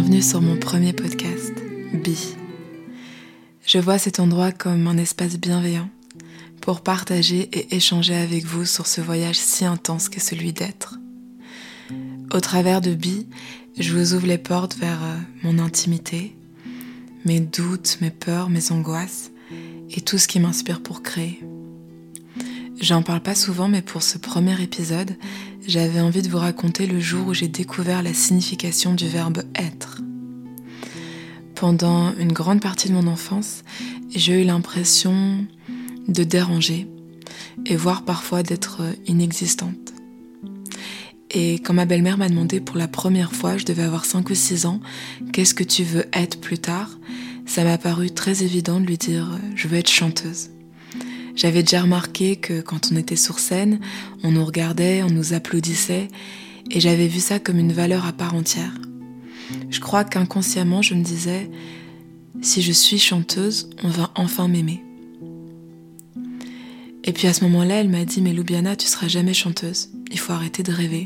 Bienvenue sur mon premier podcast, Bi. Je vois cet endroit comme un espace bienveillant pour partager et échanger avec vous sur ce voyage si intense qu'est celui d'être. Au travers de Bi, je vous ouvre les portes vers mon intimité, mes doutes, mes peurs, mes angoisses et tout ce qui m'inspire pour créer. J'en parle pas souvent, mais pour ce premier épisode, j'avais envie de vous raconter le jour où j'ai découvert la signification du verbe être. Pendant une grande partie de mon enfance, j'ai eu l'impression de déranger et voire parfois d'être inexistante. Et quand ma belle-mère m'a demandé pour la première fois, je devais avoir 5 ou 6 ans, qu'est-ce que tu veux être plus tard, ça m'a paru très évident de lui dire je veux être chanteuse. J'avais déjà remarqué que quand on était sur scène, on nous regardait, on nous applaudissait, et j'avais vu ça comme une valeur à part entière. Je crois qu'inconsciemment, je me disais, si je suis chanteuse, on va enfin m'aimer. Et puis à ce moment-là, elle m'a dit, mais Loubiana, tu seras jamais chanteuse, il faut arrêter de rêver.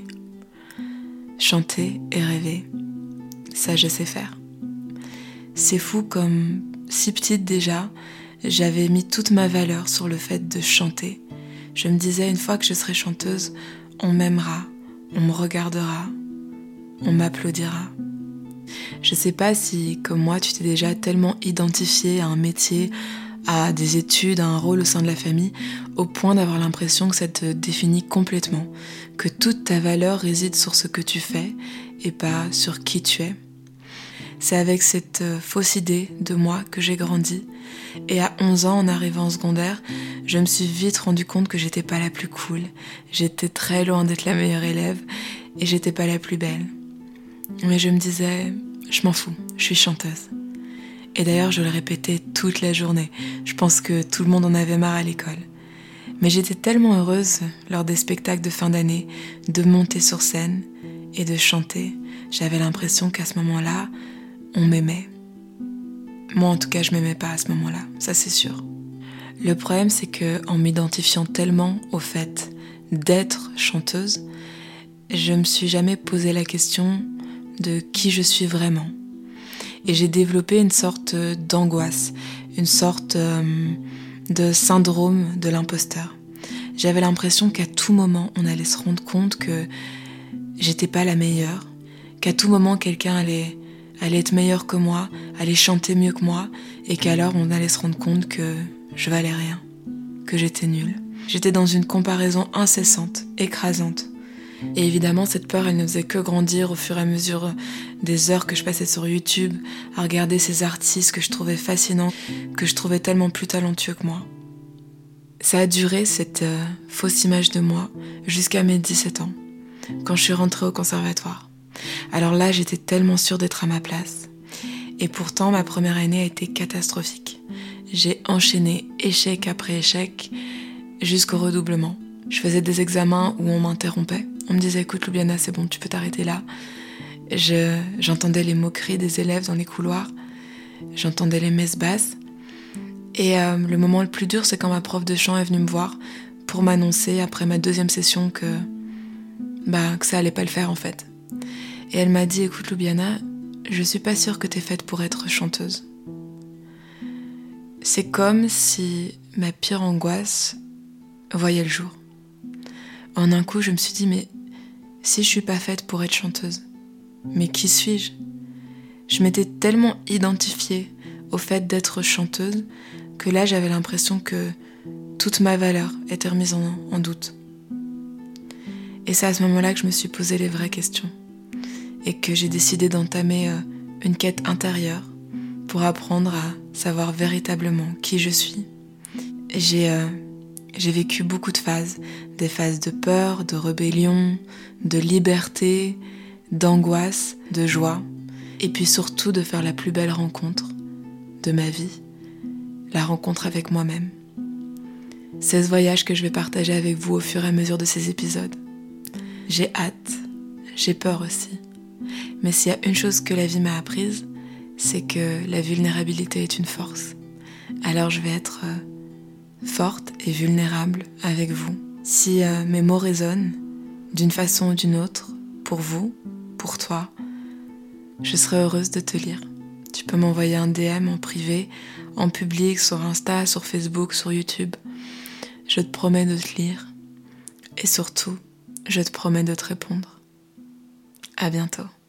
Chanter et rêver, ça je sais faire. C'est fou comme, si petite déjà, j'avais mis toute ma valeur sur le fait de chanter. Je me disais, une fois que je serai chanteuse, on m'aimera, on me regardera, on m'applaudira. Je sais pas si, comme moi, tu t'es déjà tellement identifié à un métier, à des études, à un rôle au sein de la famille, au point d'avoir l'impression que ça te définit complètement, que toute ta valeur réside sur ce que tu fais et pas sur qui tu es. C'est avec cette fausse idée de moi que j'ai grandi. Et à 11 ans, en arrivant en secondaire, je me suis vite rendu compte que j'étais pas la plus cool. J'étais très loin d'être la meilleure élève et j'étais pas la plus belle. Mais je me disais, je m'en fous, je suis chanteuse. Et d'ailleurs, je le répétais toute la journée. Je pense que tout le monde en avait marre à l'école. Mais j'étais tellement heureuse, lors des spectacles de fin d'année, de monter sur scène et de chanter. J'avais l'impression qu'à ce moment-là, on m'aimait. Moi, en tout cas, je m'aimais pas à ce moment-là, ça c'est sûr. Le problème, c'est que en m'identifiant tellement au fait d'être chanteuse, je me suis jamais posé la question de qui je suis vraiment. Et j'ai développé une sorte d'angoisse, une sorte de syndrome de l'imposteur. J'avais l'impression qu'à tout moment, on allait se rendre compte que j'étais pas la meilleure, qu'à tout moment, quelqu'un allait être meilleur que moi, allait chanter mieux que moi, et qu'alors on allait se rendre compte que je valais rien, que j'étais nulle. J'étais dans une comparaison incessante, écrasante. Et évidemment, cette peur, elle ne faisait que grandir au fur et à mesure des heures que je passais sur YouTube, à regarder ces artistes que je trouvais fascinants, que je trouvais tellement plus talentueux que moi. Ça a duré, cette fausse image de moi, jusqu'à mes 17 ans, quand je suis rentrée au conservatoire. Alors là, j'étais tellement sûre d'être à ma place. Et pourtant, ma première année a été catastrophique. J'ai enchaîné échec après échec jusqu'au redoublement. Je faisais des examens où on m'interrompait. On me disait, écoute Loubiana, c'est bon, tu peux t'arrêter là. J'entendais les moqueries des élèves dans les couloirs. J'entendais les messes basses. Et le moment le plus dur, c'est quand ma prof de chant est venue me voir pour m'annoncer, après ma 2e session, que ça allait pas le faire en fait. Et elle m'a dit, écoute Loubiana, je suis pas sûre que t'es faite pour être chanteuse. C'est comme si ma pire angoisse voyait le jour. En un coup, je me suis dit, mais si je suis pas faite pour être chanteuse, mais qui suis-je ? Je m'étais tellement identifiée au fait d'être chanteuse que là, j'avais l'impression que toute ma valeur était remise en doute. Et c'est à ce moment-là que je me suis posé les vraies questions. Et que j'ai décidé d'entamer une quête intérieure pour apprendre à savoir véritablement qui je suis. J'ai vécu beaucoup de phases, des phases de peur, de rébellion, de liberté, d'angoisse, de joie, et puis surtout de faire la plus belle rencontre de ma vie, la rencontre avec moi-même. C'est ce voyage que je vais partager avec vous au fur et à mesure de ces épisodes. J'ai hâte, j'ai peur aussi. Mais s'il y a une chose que la vie m'a apprise, c'est que la vulnérabilité est une force. Alors je vais être forte et vulnérable avec vous. Si mes mots résonnent d'une façon ou d'une autre, pour vous, pour toi, Je serai heureuse de te lire. Tu peux m'envoyer un DM en privé, en public, sur Insta, sur Facebook, sur YouTube. Je te promets de te lire. Et surtout, je te promets de te répondre. À bientôt.